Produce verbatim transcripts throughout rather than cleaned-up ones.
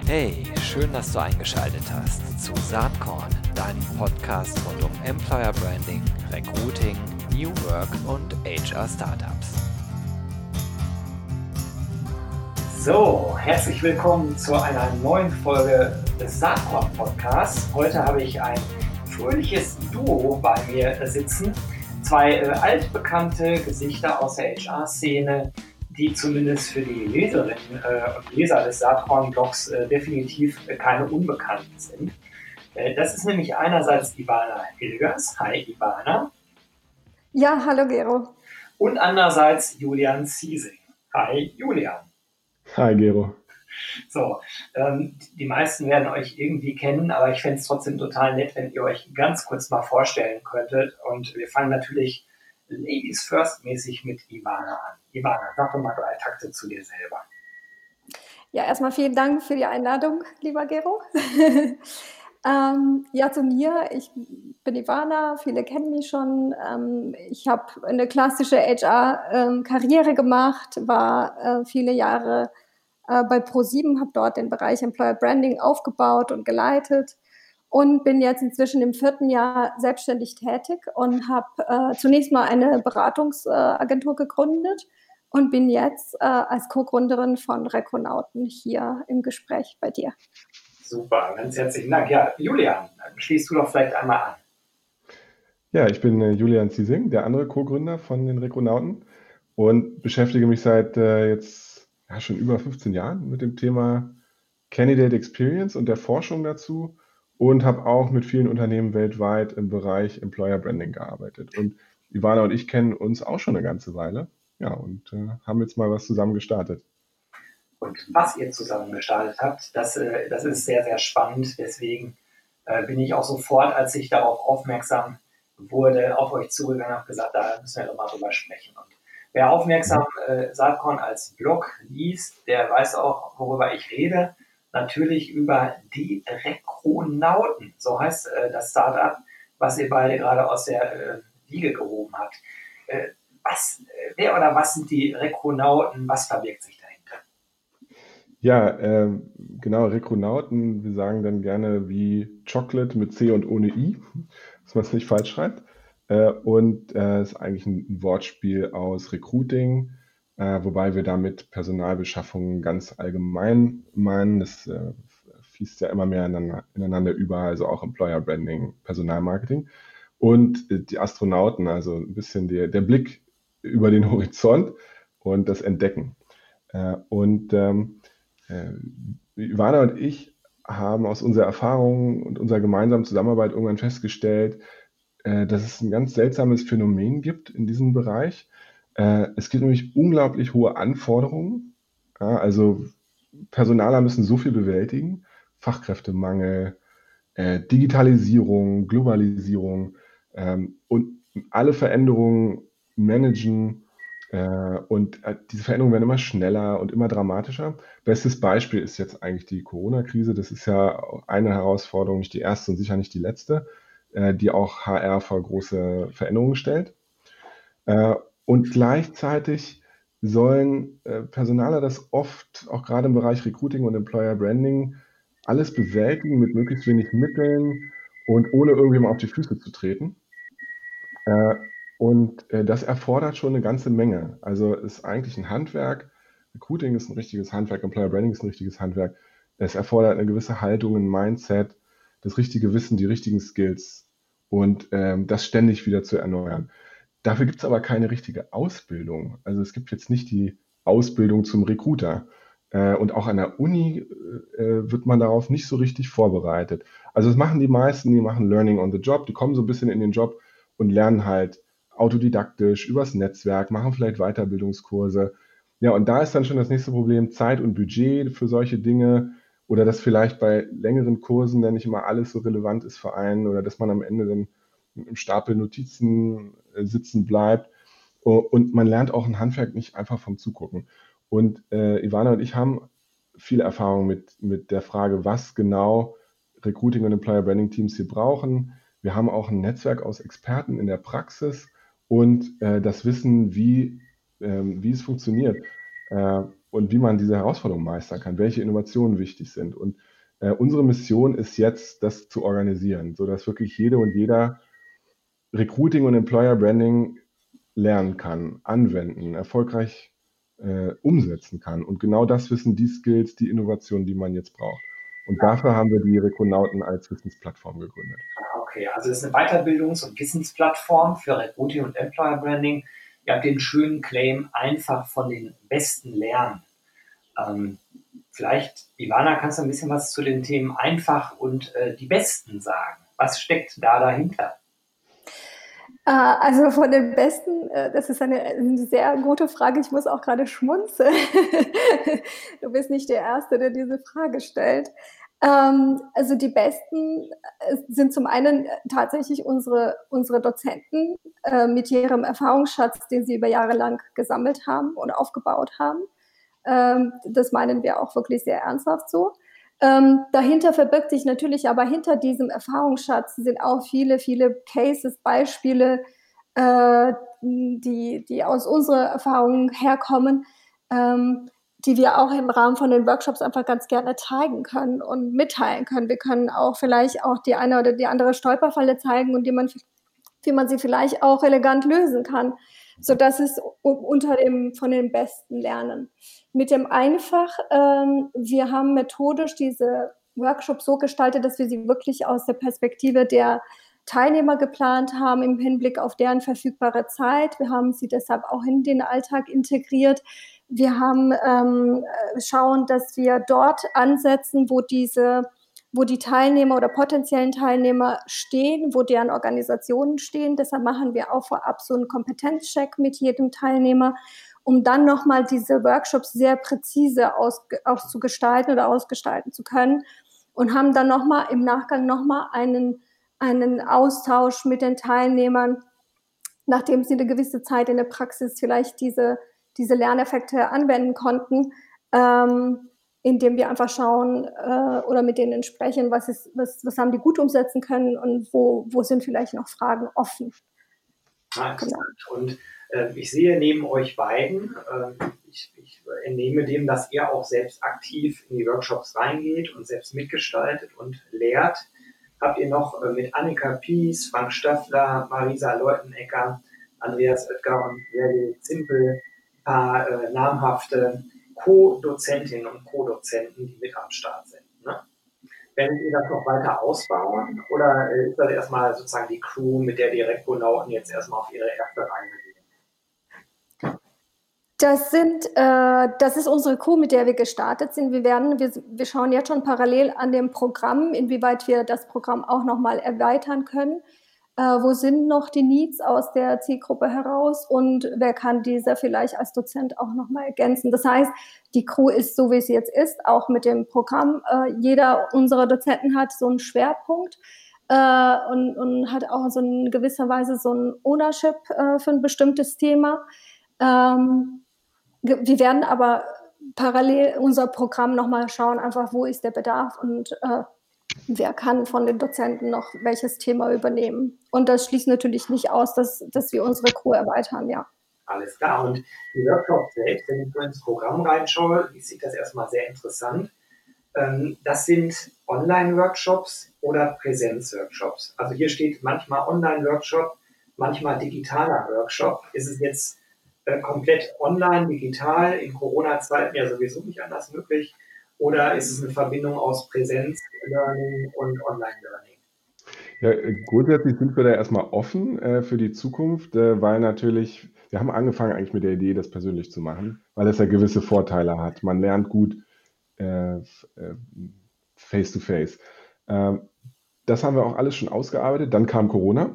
Hey, schön, dass du eingeschaltet hast zu Saatkorn, deinem Podcast rund um Employer Branding, Recruiting, New Work und H R Startups. So, herzlich willkommen zu einer neuen Folge des Saatkorn Podcasts. Heute habe ich ein fröhliches Duo bei mir sitzen. Zwei äh, altbekannte Gesichter aus der H R-Szene, die zumindest für die Leserinnen äh, und Leser des Saatkorn-Blogs äh, definitiv äh, keine Unbekannten sind. Äh, das ist nämlich einerseits Ivana Hilgers. Hi Ivana. Ja, hallo Gero. Und andererseits Julian Ziesing. Hi Julian. Hi Gero. So, ähm, die meisten werden euch irgendwie kennen, aber ich fände es trotzdem total nett, wenn ihr euch ganz kurz mal vorstellen könntet. Und wir fangen natürlich Ladies First mäßig mit Ivana an. Ivana, sag doch mal drei Takte zu dir selber. Ja, erstmal vielen Dank für die Einladung, lieber Gero. ähm, ja, zu mir, ich bin Ivana, viele kennen mich schon. Ähm, ich habe eine klassische H R-Karriere gemacht, war äh, viele Jahre äh, bei ProSieben, habe dort den Bereich Employer Branding aufgebaut und geleitet und bin jetzt inzwischen im vierten Jahr selbstständig tätig und habe äh, zunächst mal eine Beratungsagentur gegründet und bin jetzt äh, als Co-Gründerin von Rekonauten hier im Gespräch bei dir. Super, ganz herzlichen Dank. Ja, Julian, schließt du doch vielleicht einmal an. Ja, ich bin äh, Julian Ziesing, der andere Co-Gründer von den Rekonauten und beschäftige mich seit äh, jetzt ja, schon über fünfzehn Jahren mit dem Thema Candidate Experience und der Forschung dazu und habe auch mit vielen Unternehmen weltweit im Bereich Employer Branding gearbeitet. Und Ivana und ich kennen uns auch schon eine ganze Weile, ja, und äh, haben jetzt mal was zusammen gestartet. Und was ihr zusammen gestartet habt, das, äh, das ist sehr, sehr spannend. Deswegen äh, bin ich auch sofort, als ich darauf aufmerksam wurde, auf euch zugegangen und habe gesagt, da müssen wir doch mal drüber sprechen. Und wer aufmerksam äh, Saatkorn als Blog liest, der weiß auch, worüber ich rede. Natürlich über die Rekonauten, so heißt äh, das Startup, was ihr beide gerade aus der äh, Wiege gehoben habt. Äh, was, äh, wer oder was sind die Rekonauten? Was verbirgt sich dahinter? Ja, ähm, genau, Rekonauten, wir sagen dann gerne wie Chocolate mit C und ohne I, dass man es nicht falsch schreibt. Äh, und äh, ist eigentlich ein, ein Wortspiel aus Recruiting, äh, wobei wir damit Personalbeschaffung ganz allgemein meinen. Das äh, fließt ja immer mehr ineinander, ineinander über, also auch Employer Branding, Personalmarketing. Und äh, die Astronauten, also ein bisschen der, der Blick über den Horizont und das Entdecken. Äh, und ähm, äh, Ivana und ich haben aus unserer Erfahrung und unserer gemeinsamen Zusammenarbeit irgendwann festgestellt, äh, dass es ein ganz seltsames Phänomen gibt in diesem Bereich. Äh, es gibt nämlich unglaublich hohe Anforderungen. Ja, also Personaler müssen so viel bewältigen. Fachkräftemangel, äh, Digitalisierung, Globalisierung ähm, und alle Veränderungen managen. Äh, und äh, diese Veränderungen werden immer schneller und immer dramatischer. Bestes Beispiel ist jetzt eigentlich die Corona-Krise. Das ist ja eine Herausforderung, nicht die erste und sicher nicht die letzte, äh, die auch H R vor große Veränderungen stellt. Äh, und gleichzeitig sollen äh, Personaler das oft, auch gerade im Bereich Recruiting und Employer Branding, alles bewältigen mit möglichst wenig Mitteln und ohne irgendjemand auf die Füße zu treten. Äh, und äh, das erfordert schon eine ganze Menge. Also ist eigentlich ein Handwerk. Recruiting ist ein richtiges Handwerk, Employer Branding ist ein richtiges Handwerk. Es erfordert eine gewisse Haltung, ein Mindset, das richtige Wissen, die richtigen Skills und ähm, das ständig wieder zu erneuern. Dafür gibt es aber keine richtige Ausbildung. Also es gibt jetzt nicht die Ausbildung zum Recruiter. Äh, und auch an der Uni äh, wird man darauf nicht so richtig vorbereitet. Also das machen die meisten, die machen Learning on the Job, die kommen so ein bisschen in den Job und lernen halt autodidaktisch übers Netzwerk, machen vielleicht Weiterbildungskurse. Ja, und da ist dann schon das nächste Problem, Zeit und Budget für solche Dinge oder dass vielleicht bei längeren Kursen dann nicht immer alles so relevant ist für einen oder dass man am Ende dann mit einem Stapel Notizen äh, sitzen bleibt. O- Und man lernt auch ein Handwerk nicht einfach vom Zugucken. Und äh, Ivana und ich haben viel Erfahrung mit, mit der Frage, was genau Recruiting und Employer Branding Teams hier brauchen. Wir haben auch ein Netzwerk aus Experten in der Praxis und äh, das Wissen, wie, ähm, wie es funktioniert. Äh, und wie man diese Herausforderungen meistern kann, welche Innovationen wichtig sind. Und äh, unsere Mission ist jetzt, das zu organisieren, sodass wirklich jede und jeder Recruiting und Employer Branding lernen kann, anwenden, erfolgreich äh, umsetzen kann. Und genau das wissen die Skills, die Innovationen, die man jetzt braucht. Und dafür haben wir die Recrunauten als Wissensplattform gegründet. Okay, also das ist eine Weiterbildungs- und Wissensplattform für Recruiting und Employer Branding. Ihr habt den schönen Claim, einfach von den Besten lernen. Ähm, vielleicht, Ivana, kannst du ein bisschen was zu den Themen einfach und äh, die Besten sagen? Was steckt da dahinter? Also von den Besten, das ist eine, eine sehr gute Frage. Ich muss auch gerade schmunzeln. Du bist nicht der Erste, der diese Frage stellt. Also die Besten sind zum einen tatsächlich unsere, unsere Dozenten mit ihrem Erfahrungsschatz, den sie über Jahre lang gesammelt haben und aufgebaut haben. Das meinen wir auch wirklich sehr ernsthaft so. Ähm, dahinter verbirgt sich natürlich, aber hinter diesem Erfahrungsschatz sind auch viele, viele Cases, Beispiele, äh, die, die aus unserer Erfahrung herkommen, ähm, die wir auch im Rahmen von den Workshops einfach ganz gerne zeigen können und mitteilen können. Wir können auch vielleicht auch die eine oder die andere Stolperfalle zeigen und die man, wie man sie vielleicht auch elegant lösen kann. So dass es unter dem, von den Besten lernen. Mit dem einfach, ähm, wir haben methodisch diese Workshops so gestaltet, dass wir sie wirklich aus der Perspektive der Teilnehmer geplant haben, im Hinblick auf deren verfügbare Zeit. Wir haben sie deshalb auch in den Alltag integriert. Wir haben ähm, schauen, dass wir dort ansetzen, wo diese wo die Teilnehmer oder potenziellen Teilnehmer stehen, wo deren Organisationen stehen. Deshalb machen wir auch vorab so einen Kompetenzcheck mit jedem Teilnehmer, um dann nochmal diese Workshops sehr präzise aus, auszugestalten oder ausgestalten zu können und haben dann nochmal im Nachgang nochmal einen, einen Austausch mit den Teilnehmern, nachdem sie eine gewisse Zeit in der Praxis vielleicht diese, diese Lerneffekte anwenden konnten, ähm, indem wir einfach schauen äh, oder mit denen sprechen, was, ist, was, was haben die gut umsetzen können und wo, wo sind vielleicht noch Fragen offen. Ah, interessant. Genau. Und äh, ich sehe neben euch beiden, äh, ich, ich entnehme dem, dass ihr auch selbst aktiv in die Workshops reingeht und selbst mitgestaltet und lehrt. Habt ihr noch äh, mit Annika Pies, Frank Staffler, Marisa Leutenecker, Andreas Oetker und Verdi Zimpel ein paar äh, namhafte Co-Dozentinnen und Co-Dozenten, die mit am Start sind. Ne? Werdet ihr das noch weiter ausbauen oder ist das erstmal sozusagen die Crew, mit der die Recrunauten jetzt erstmal auf ihre erste Reise gehen? Das sind, äh, das ist unsere Crew, mit der wir gestartet sind. Wir werden, wir, wir schauen jetzt schon parallel an dem Programm, inwieweit wir das Programm auch nochmal erweitern können. Äh, wo sind noch die Needs aus der Zielgruppe heraus und wer kann diese vielleicht als Dozent auch nochmal ergänzen. Das heißt, die Crew ist so, wie sie jetzt ist, auch mit dem Programm. Äh, jeder unserer Dozenten hat so einen Schwerpunkt äh, und, und hat auch so in gewisser Weise so ein Ownership äh, für ein bestimmtes Thema. Ähm, wir werden aber parallel unser Programm nochmal schauen, einfach wo ist der Bedarf und äh, wer kann von den Dozenten noch welches Thema übernehmen. Und das schließt natürlich nicht aus, dass, dass wir unsere Crew erweitern, ja. Alles klar. Und die Workshops selbst, wenn ich so ins Programm reinschaue, ich sehe das erstmal sehr interessant. Das sind Online-Workshops oder Präsenz-Workshops. Also hier steht manchmal Online-Workshop, manchmal digitaler Workshop. Ist es jetzt komplett online, digital, in Corona-Zeiten ja sowieso nicht anders möglich? Oder ist es eine Verbindung aus Präsenz-Learning und Online-Learning? Ja, grundsätzlich sind wir da erstmal offen äh, für die Zukunft, äh, weil natürlich, wir haben angefangen eigentlich mit der Idee, das persönlich zu machen, weil es ja gewisse Vorteile hat. Man lernt gut äh, face-to-face. Äh, das haben wir auch alles schon ausgearbeitet. Dann kam Corona.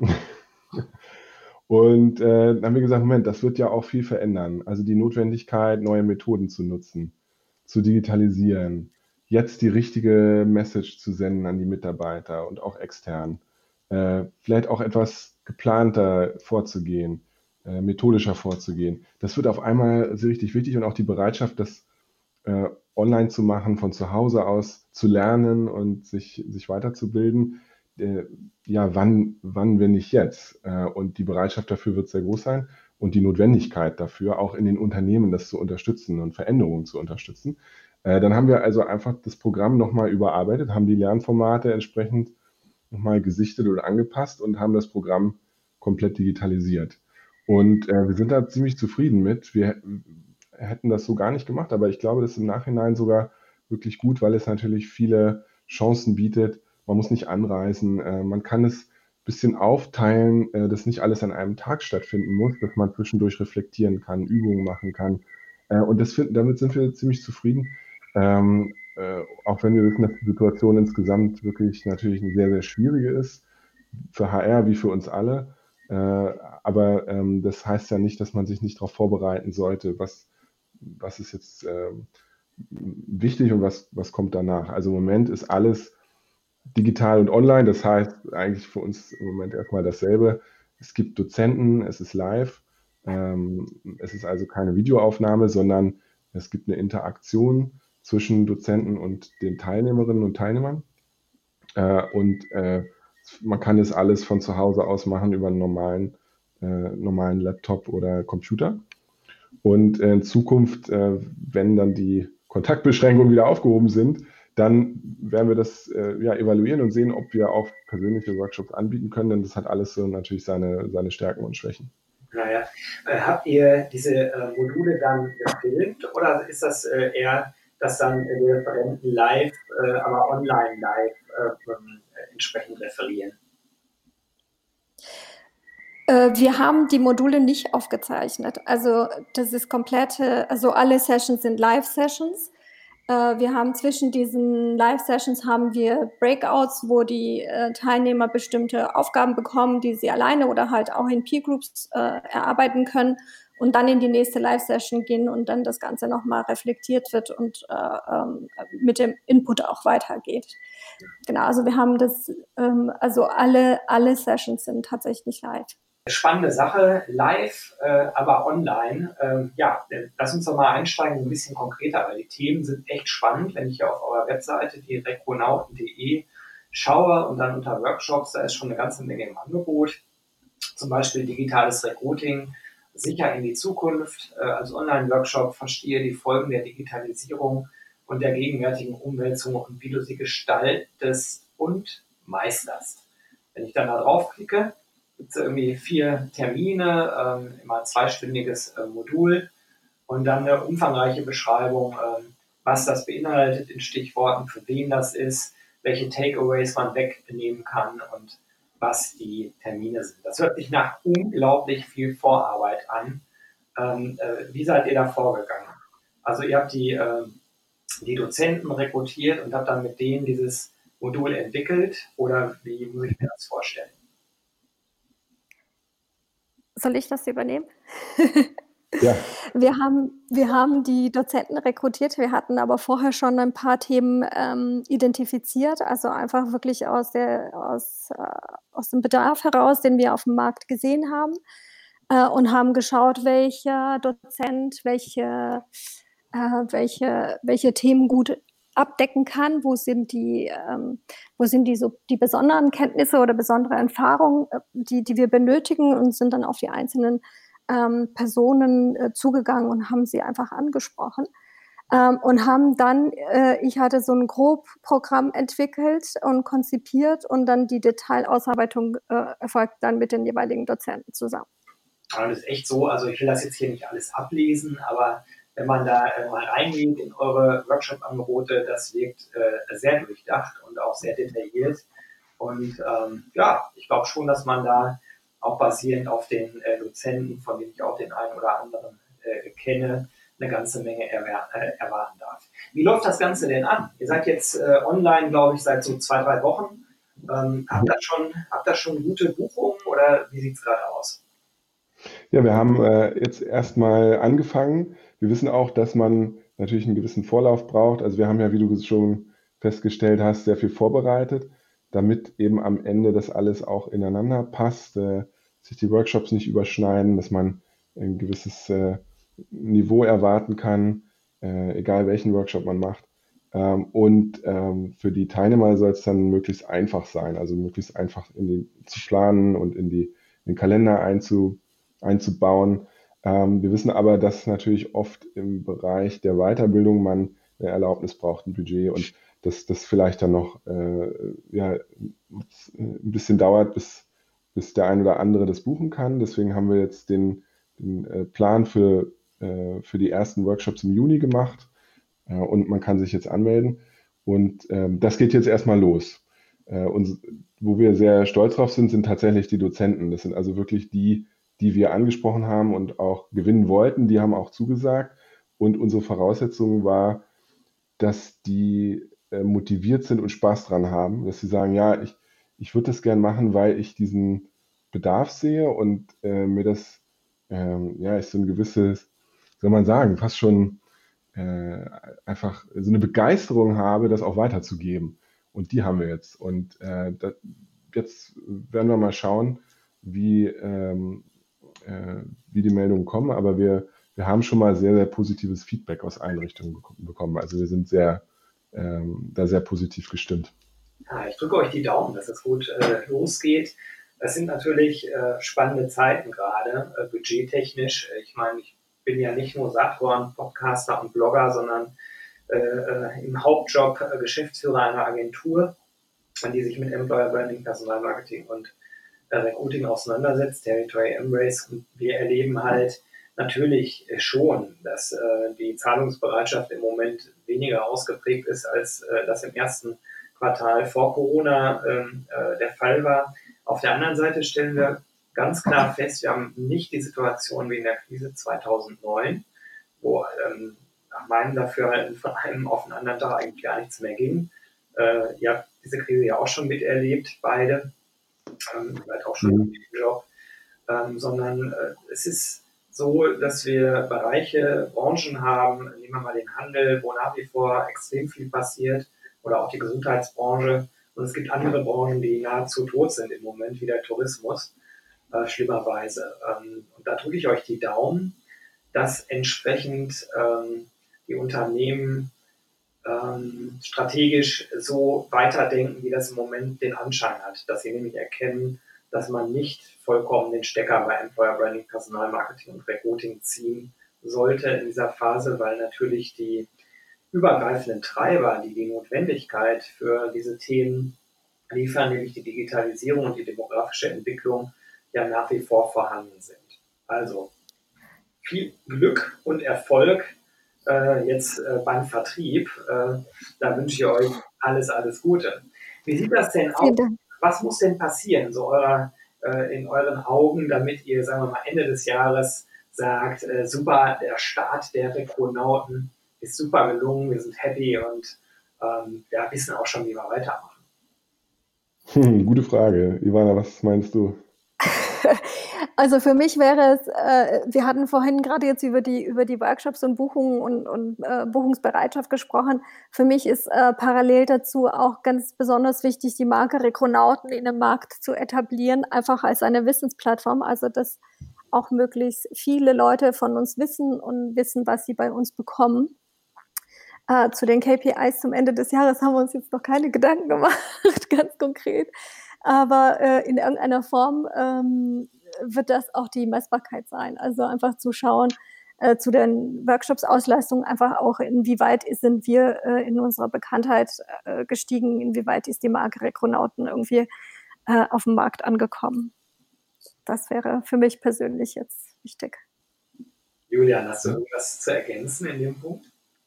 Und äh, dann haben wir gesagt, Moment, das wird ja auch viel verändern. Also die Notwendigkeit, neue Methoden zu nutzen, zu digitalisieren, jetzt die richtige Message zu senden an die Mitarbeiter und auch extern. Äh, vielleicht auch etwas geplanter vorzugehen, äh, methodischer vorzugehen. Das wird auf einmal sehr richtig wichtig und auch die Bereitschaft, das äh, online zu machen, von zu Hause aus zu lernen und sich, sich weiterzubilden. Äh, ja, wann, wann, wenn nicht jetzt? Äh, und die Bereitschaft dafür wird sehr groß sein. und die Notwendigkeit dafür, auch in den Unternehmen das zu unterstützen und Veränderungen zu unterstützen. Äh, dann haben wir also einfach das Programm nochmal überarbeitet, haben die Lernformate entsprechend nochmal gesichtet oder angepasst und haben das Programm komplett digitalisiert. Und äh, wir sind da ziemlich zufrieden mit. Wir hätten das so gar nicht gemacht, aber ich glaube, das ist im Nachhinein sogar wirklich gut, weil es natürlich viele Chancen bietet. Man muss nicht anreisen, äh, man kann es ein bisschen aufteilen, äh, dass nicht alles an einem Tag stattfinden muss, dass man zwischendurch reflektieren kann, Übungen machen kann. Äh, und das find, damit sind wir ziemlich zufrieden. Ähm, äh, auch wenn wir wissen, dass die Situation insgesamt wirklich natürlich eine sehr, sehr schwierige ist, für H R wie für uns alle. Äh, aber ähm, das heißt ja nicht, dass man sich nicht darauf vorbereiten sollte, was, was ist jetzt äh, wichtig und was, was kommt danach. Also im Moment ist alles digital und online, das heißt eigentlich für uns im Moment erstmal dasselbe. Es gibt Dozenten, es ist live, ähm, es ist also keine Videoaufnahme, sondern es gibt eine Interaktion zwischen Dozenten und den Teilnehmerinnen und Teilnehmern. Äh, und äh, man kann das alles von zu Hause aus machen über einen normalen, äh, normalen Laptop oder Computer. Und äh, in Zukunft, äh, wenn dann die Kontaktbeschränkungen wieder aufgehoben sind, dann werden wir das äh, ja, evaluieren und sehen, ob wir auch persönliche Workshops anbieten können, denn das hat alles so natürlich seine, seine Stärken und Schwächen. Naja, äh, habt ihr diese äh, Module dann gefilmt oder ist das äh, eher, dass dann äh, die Referenten live, äh, aber online live äh, äh, entsprechend referieren? Wir haben die Module nicht aufgezeichnet. Also das ist komplette, also alle Sessions sind Live-Sessions. Wir haben zwischen diesen Live-Sessions haben wir Breakouts, wo die Teilnehmer bestimmte Aufgaben bekommen, die sie alleine oder halt auch in Peer-Groups äh, erarbeiten können und dann in die nächste Live-Session gehen und dann das Ganze nochmal reflektiert wird und äh, mit dem Input auch weitergeht. Genau, also wir haben das, ähm, also alle, alle Sessions sind tatsächlich live. Spannende Sache, live, äh, aber online. Ähm, ja, lass uns doch mal einsteigen, ein bisschen konkreter, weil die Themen sind echt spannend. Wenn ich hier auf eurer Webseite, die recronauten punkt de, schaue und dann unter Workshops, da ist schon eine ganze Menge im Angebot. Zum Beispiel digitales Recruiting, sicher in die Zukunft. Äh, als Online-Workshop verstehe die Folgen der Digitalisierung und der gegenwärtigen Umwälzung und wie du sie gestaltest und meisterst. Wenn ich dann da draufklicke, gibt es irgendwie vier Termine, ähm, immer ein zweistündiges äh, Modul und dann eine umfangreiche Beschreibung, ähm, was das beinhaltet in Stichworten, für wen das ist, welche Takeaways man wegnehmen kann und was die Termine sind. Das hört sich nach unglaublich viel Vorarbeit an. Ähm, äh, wie seid ihr da vorgegangen? Also ihr habt die, äh, die Dozenten rekrutiert und habt dann mit denen dieses Modul entwickelt oder wie muss ich mir das vorstellen? Soll ich das übernehmen? Ja. Wir haben, wir haben die Dozenten rekrutiert, wir hatten aber vorher schon ein paar Themen ähm, identifiziert, also einfach wirklich aus, der, aus, äh, aus dem Bedarf heraus, den wir auf dem Markt gesehen haben äh, und haben geschaut, welcher Dozent welche, äh, welche, welche Themen gut abdecken kann, wo sind die, ähm, wo sind die so die besonderen Kenntnisse oder besondere Erfahrungen, die, die wir benötigen und sind dann auf die einzelnen ähm, Personen äh, zugegangen und haben sie einfach angesprochen. Ähm, und haben dann, äh, ich hatte so ein Grobprogramm entwickelt und konzipiert und dann die Detailausarbeitung äh, erfolgt dann mit den jeweiligen Dozenten zusammen. Das ist echt so, also ich will das jetzt hier nicht alles ablesen, aber wenn man da äh, mal reingeht in eure Workshop-Angebote, das wirkt äh, sehr durchdacht und auch sehr detailliert. Und ähm, ja, ich glaube schon, dass man da auch basierend auf den äh, Dozenten, von denen ich auch den einen oder anderen äh, kenne, eine ganze Menge erwer- äh, erwarten darf. Wie läuft das Ganze denn an? Ihr seid jetzt äh, online, glaube ich, seit so zwei, drei Wochen. Ähm, habt ihr schon, habt ihr schon gute Buchungen oder wie sieht es gerade aus? Ja, wir haben äh, jetzt erstmal angefangen. Wir wissen auch, dass man natürlich einen gewissen Vorlauf braucht. Also wir haben ja, wie du schon festgestellt hast, sehr viel vorbereitet, damit eben am Ende das alles auch ineinander passt, äh, sich die Workshops nicht überschneiden, dass man ein gewisses äh, Niveau erwarten kann, äh, egal welchen Workshop man macht. Ähm, und ähm, für die Teilnehmer soll es dann möglichst einfach sein, also möglichst einfach in die, zu planen und in, die, in den Kalender einzu, einzubauen. Ähm, wir wissen aber, dass natürlich oft im Bereich der Weiterbildung man eine Erlaubnis braucht, ein Budget und dass das vielleicht dann noch äh, ja, ein bisschen dauert, bis, bis der ein oder andere das buchen kann. Deswegen haben wir jetzt den, den äh, Plan für, äh, für die ersten Workshops im Juni gemacht äh, und man kann sich jetzt anmelden. Und ähm, das geht jetzt erstmal los. Äh, und wo wir sehr stolz drauf sind, sind tatsächlich die Dozenten. Das sind also wirklich die, die wir angesprochen haben und auch gewinnen wollten. Die haben auch zugesagt. Und unsere Voraussetzung war, dass die äh, motiviert sind und Spaß dran haben, dass sie sagen, ja, ich, ich würde das gern machen, weil ich diesen Bedarf sehe und äh, mir das, ähm, ja, ist so ein gewisses, soll man sagen, fast schon äh, einfach so eine Begeisterung habe, das auch weiterzugeben. Und die haben wir jetzt. Und äh, das, jetzt werden wir mal schauen, wie, ähm, äh, wie die Meldungen kommen. Aber wir, wir haben schon mal sehr, sehr positives Feedback aus Einrichtungen bek- bekommen. Also wir sind sehr, ähm, da sehr positiv gestimmt. Ja, ich drücke euch die Daumen, dass es gut äh, losgeht. Es sind natürlich äh, spannende Zeiten gerade, äh, budgettechnisch. Ich meine, ich bin ja nicht nur Saatkorn-Podcaster und Blogger, sondern äh, äh, im Hauptjob äh, Geschäftsführer einer Agentur, die sich mit Employer Branding, Personalmarketing und äh, Recruiting auseinandersetzt, Territory Embrace. Und wir erleben halt natürlich schon, dass äh, die Zahlungsbereitschaft im Moment weniger ausgeprägt ist, als äh, das im ersten Quartal vor Corona ähm, äh, der Fall war. Auf der anderen Seite stellen wir ganz klar fest, wir haben nicht die Situation wie in der Krise zweitausendneun, wo ähm, nach meinem Dafürhalten von einem auf den anderen Tag eigentlich gar nichts mehr ging. Äh, ihr habt diese Krise ja auch schon miterlebt, beide, ähm, vielleicht auch schon Mhm. im Job, ähm, sondern äh, es ist so, dass wir Bereiche, Branchen haben, nehmen wir mal den Handel, wo nach wie vor extrem viel passiert, oder auch die Gesundheitsbranche. Und es gibt andere Branchen, die nahezu tot sind im Moment, wie der Tourismus, äh, schlimmerweise. Ähm, und da drücke ich euch die Daumen, dass entsprechend ähm, die Unternehmen ähm, strategisch so weiterdenken, wie das im Moment den Anschein hat, dass sie nämlich erkennen, dass man nicht vollkommen den Stecker bei Employer Branding, Personalmarketing und Recruiting ziehen sollte in dieser Phase, weil natürlich die übergreifenden Treiber, die die Notwendigkeit für diese Themen liefern, nämlich die Digitalisierung und die demografische Entwicklung, ja nach wie vor vorhanden sind. Also viel Glück und Erfolg äh, jetzt äh, beim Vertrieb. Äh, da wünsche ich euch alles, alles Gute. Wie sieht das denn aus? Vielen Dank. Was muss denn passieren, so eurer, äh, in euren Augen, damit ihr, sagen wir mal, Ende des Jahres sagt, äh, super, der Start der Recrunauten ist super gelungen, wir sind happy und ähm, ja, wissen auch schon, wie wir weitermachen. Hm, gute Frage. Ivana, was meinst du? Also für mich wäre es, äh, wir hatten vorhin gerade jetzt über die, über die Workshops und Buchungen und, und äh, Buchungsbereitschaft gesprochen. Für mich ist äh, parallel dazu auch ganz besonders wichtig, die Marke Recrunauten in dem Markt zu etablieren, einfach als eine Wissensplattform. Also dass auch möglichst viele Leute von uns wissen und wissen, was sie bei uns bekommen. Äh, zu den K P Is zum Ende des Jahres haben wir uns jetzt noch keine Gedanken gemacht, ganz konkret. Aber äh, in irgendeiner Form ähm, wird das auch die Messbarkeit sein. Also einfach zu schauen, äh, zu den Workshops-Ausleistungen einfach auch, inwieweit sind wir äh, in unserer Bekanntheit äh, gestiegen, inwieweit ist die Marke Recrunauten irgendwie äh, auf dem Markt angekommen. Das wäre für mich persönlich jetzt wichtig. Julian, hast du irgendwas zu ergänzen in dem Punkt?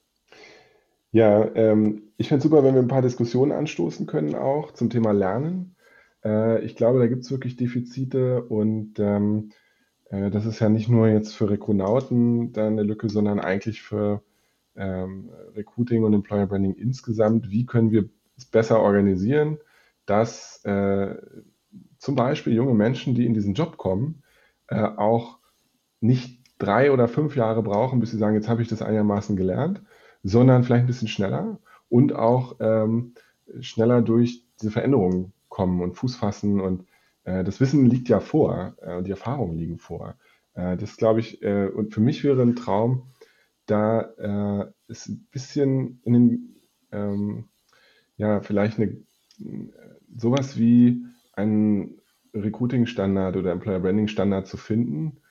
Ja, ähm, ich fände es super, wenn wir ein paar Diskussionen anstoßen können auch zum Thema Lernen. Äh, ich glaube, da gibt es wirklich Defizite und ähm, äh, das ist ja nicht nur jetzt für Recrunauten da eine Lücke, sondern eigentlich für ähm, Recruiting und Employer Branding insgesamt. Wie können wir es besser organisieren, dass äh, zum Beispiel junge Menschen, die in diesen Job kommen, äh, auch nicht drei oder fünf Jahre brauchen, bis sie sagen, jetzt habe ich das einigermaßen gelernt, sondern vielleicht ein bisschen schneller und auch ähm, schneller durch diese Veränderungen kommen und Fuß fassen. Und äh, das Wissen liegt ja vor äh, und die Erfahrungen liegen vor. Äh, das glaube ich, äh, und für mich wäre ein Traum, da äh, ist ein bisschen in den, ähm, ja, vielleicht eine, sowas wie einen Recruiting-Standard oder Employer-Branding-Standard zu finden,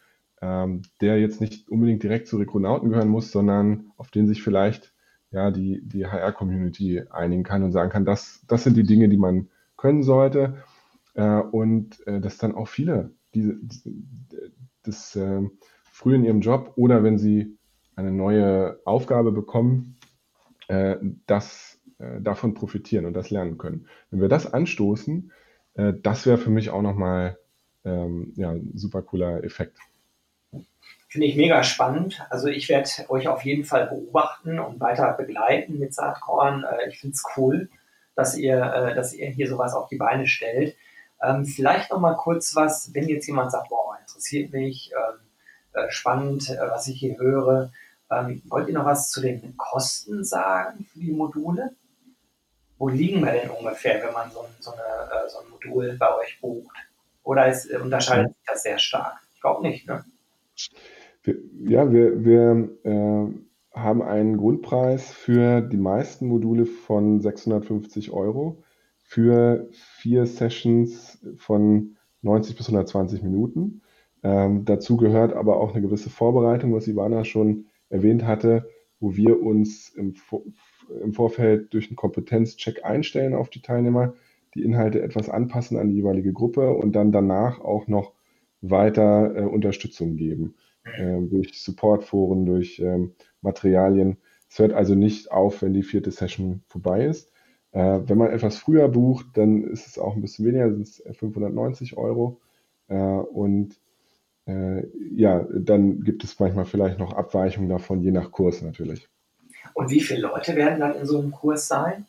ähm, der jetzt nicht unbedingt direkt zu Recrunauten gehören muss, sondern auf den sich vielleicht ja, die, die H R-Community einigen kann und sagen kann, das, das sind die Dinge, die man können sollte. Äh, und äh, dass dann auch viele diese, diese, das äh, früh in ihrem Job oder wenn sie eine neue Aufgabe bekommen, äh, das äh, davon profitieren und das lernen können. Wenn wir das anstoßen, äh, das wäre für mich auch nochmal ähm, ja, ein super cooler Effekt. Finde ich mega spannend. Also ich werde euch auf jeden Fall beobachten und weiter begleiten mit Saatkorn. Äh, ich finde es cool, dass ihr, äh, dass ihr hier sowas auf die Beine stellt. Ähm, vielleicht noch mal kurz was, wenn jetzt jemand sagt, boah, interessiert mich, ähm, äh, spannend, äh, was ich hier höre. Ähm, wollt ihr noch was zu den Kosten sagen für die Module? Wo liegen wir denn ungefähr, wenn man so ein, so eine, äh, so ein Modul bei euch bucht? Oder ist, äh, unterscheidet sich das sehr stark? Ich glaube nicht, ne? Wir, ja, wir, wir äh, haben einen Grundpreis für die meisten Module von sechshundertfünfzig Euro für vier Sessions von neunzig bis hundertzwanzig Minuten. Ähm, dazu gehört aber auch eine gewisse Vorbereitung, was Ivana schon erwähnt hatte, wo wir uns im, im Vorfeld durch einen Kompetenzcheck einstellen auf die Teilnehmer, die Inhalte etwas anpassen an die jeweilige Gruppe und dann danach auch noch weiter äh, Unterstützung geben. Äh, durch Supportforen, durch ähm, Materialien. Es hört also nicht auf, wenn die vierte Session vorbei ist. Äh, wenn man etwas früher bucht, dann ist es auch ein bisschen weniger, sind es fünfhundertneunzig Euro. Äh, und äh, ja, dann gibt es manchmal vielleicht noch Abweichungen davon, je nach Kurs natürlich. Und wie viele Leute werden dann in so einem Kurs sein?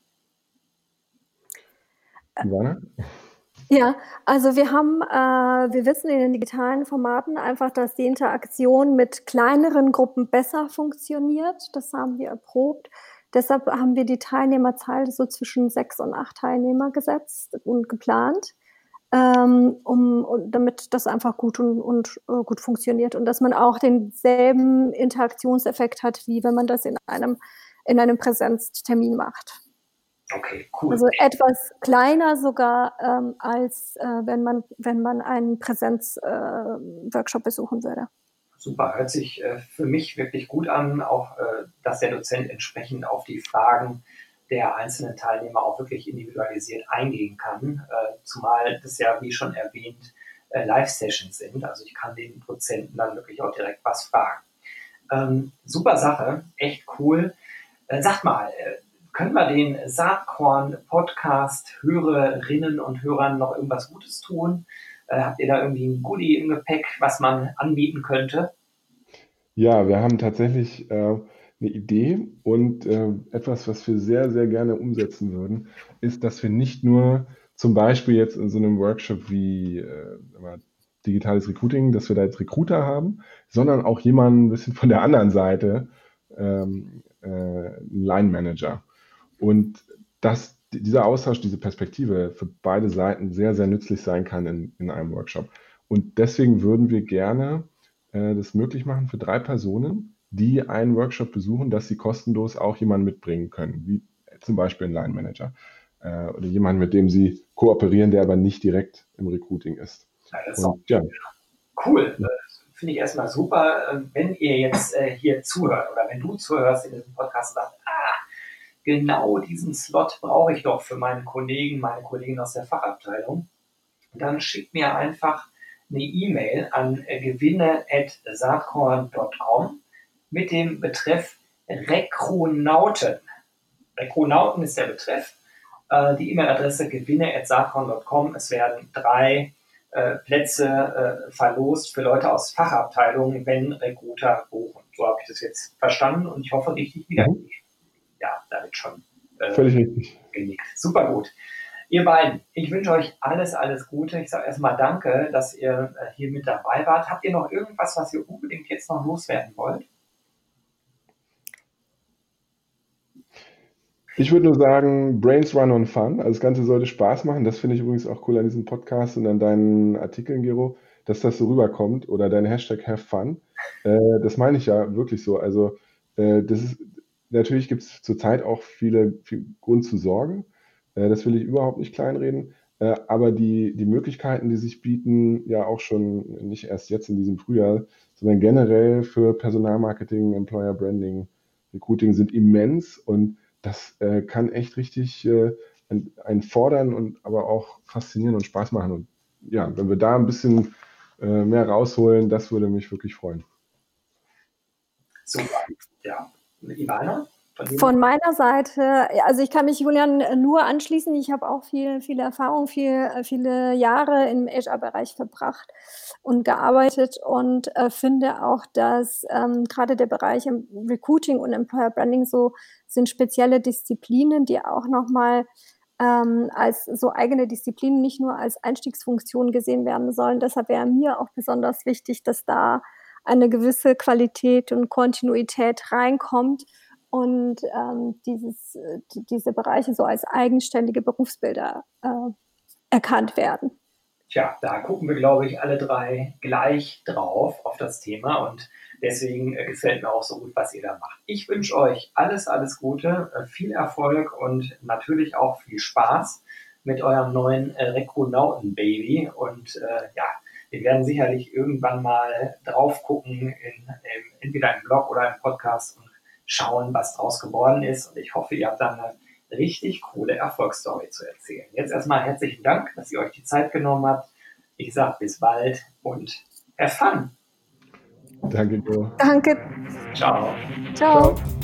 Ivana? Ja, also wir haben, äh, wir wissen in den digitalen Formaten einfach, dass die Interaktion mit kleineren Gruppen besser funktioniert. Das haben wir erprobt. Deshalb haben wir die Teilnehmerzahl so zwischen sechs und acht Teilnehmer gesetzt und geplant, ähm, um, um, damit das einfach gut und, und uh, gut funktioniert und dass man auch denselben Interaktionseffekt hat, wie wenn man das in einem, in einem Präsenztermin macht. Okay, cool. Also etwas kleiner sogar, ähm, als äh, wenn man, wenn man einen Präsenz-Workshop äh, besuchen würde. Super, hört sich äh, für mich wirklich gut an, auch äh, dass der Dozent entsprechend auf die Fragen der einzelnen Teilnehmer auch wirklich individualisiert eingehen kann, äh, zumal das ja, wie schon erwähnt, äh, Live-Sessions sind. Also ich kann den Dozenten dann wirklich auch direkt was fragen. Ähm, super Sache, echt cool. Äh, sagt mal, äh, können wir den Saatkorn-Podcast-Hörerinnen und Hörern noch irgendwas Gutes tun? Äh, habt ihr da irgendwie ein Goodie im Gepäck, was man anbieten könnte? Ja, wir haben tatsächlich äh, eine Idee und äh, etwas, was wir sehr, sehr gerne umsetzen würden, ist, dass wir nicht nur zum Beispiel jetzt in so einem Workshop wie äh, digitales Recruiting, dass wir da jetzt Recruiter haben, sondern auch jemanden ein bisschen von der anderen Seite, ähm, äh, einen Line Manager. Und dass dieser Austausch, diese Perspektive für beide Seiten sehr, sehr nützlich sein kann in, in einem Workshop. Und deswegen würden wir gerne äh, das möglich machen für drei Personen, die einen Workshop besuchen, dass sie kostenlos auch jemanden mitbringen können, wie zum Beispiel ein Line Manager äh, oder jemanden, mit dem sie kooperieren, der aber nicht direkt im Recruiting ist. Ja, das ist Und, ja. Cool. Ja. Finde ich erstmal super. Wenn ihr jetzt äh, hier zuhört oder wenn du zuhörst in diesem Podcast und sagst, ah, genau diesen Slot brauche ich doch für meinen Kollegen, meine Kollegin aus der Fachabteilung, dann schickt mir einfach eine E-Mail an äh, gewinne at saatkorn punkt com mit dem Betreff Rekrunauten. Rekrunauten ist der Betreff. Äh, die E-Mail-Adresse gewinne at saatkorn punkt com. Es werden drei äh, Plätze äh, verlost für Leute aus Fachabteilungen, wenn Recruiter buchen. So habe ich das jetzt verstanden und ich hoffe richtig wiedergegeben. Mhm. Ja, damit schon äh, völlig richtig genickt. Super gut. Ihr beiden, ich wünsche euch alles, alles Gute. Ich sage erstmal danke, dass ihr äh, hier mit dabei wart. Habt ihr noch irgendwas, was ihr unbedingt jetzt noch loswerden wollt? Ich würde nur sagen, Brains Run on Fun. Also das Ganze sollte Spaß machen. Das finde ich übrigens auch cool an diesem Podcast und an deinen Artikeln, Gero, dass das so rüberkommt oder dein Hashtag Have Fun. Äh, das meine ich ja wirklich so. Also äh, das ist, natürlich gibt es zurzeit auch viele, viel Grund zur Sorge. Äh, das will ich überhaupt nicht kleinreden. Äh, aber die, die Möglichkeiten, die sich bieten, ja auch schon nicht erst jetzt in diesem Frühjahr, sondern generell für Personalmarketing, Employer Branding, Recruiting sind immens und das äh, kann echt richtig äh, einen fordern und aber auch faszinieren und Spaß machen. Und ja, wenn wir da ein bisschen äh, mehr rausholen, das würde mich wirklich freuen. Super, ja. Ivana? Von, Von meiner Seite, also ich kann mich Julian nur anschließen. Ich habe auch viel, viel Erfahrung, viel, viele Jahre im H R-Bereich verbracht und gearbeitet und äh, finde auch, dass ähm, gerade der Bereich im Recruiting und Employer Branding so sind spezielle Disziplinen, die auch nochmal ähm, als so eigene Disziplinen, nicht nur als Einstiegsfunktion gesehen werden sollen. Deshalb wäre mir auch besonders wichtig, dass da eine gewisse Qualität und Kontinuität reinkommt und ähm, dieses, die, diese Bereiche so als eigenständige Berufsbilder äh, erkannt werden. Tja, da gucken wir, glaube ich, alle drei gleich drauf auf das Thema und deswegen äh, gefällt mir auch so gut, was ihr da macht. Ich wünsche euch alles, alles Gute, äh, viel Erfolg und natürlich auch viel Spaß mit eurem neuen äh, Recrunauten-Baby und äh, ja, wir werden sicherlich irgendwann mal drauf gucken, in, in, entweder im Blog oder im Podcast und schauen, was draus geworden ist. Und ich hoffe, ihr habt dann eine richtig coole Erfolgsstory zu erzählen. Jetzt erstmal herzlichen Dank, dass ihr euch die Zeit genommen habt. Ich sage bis bald und have fun. Danke, Jo. Danke. Ciao. Ciao. Ciao.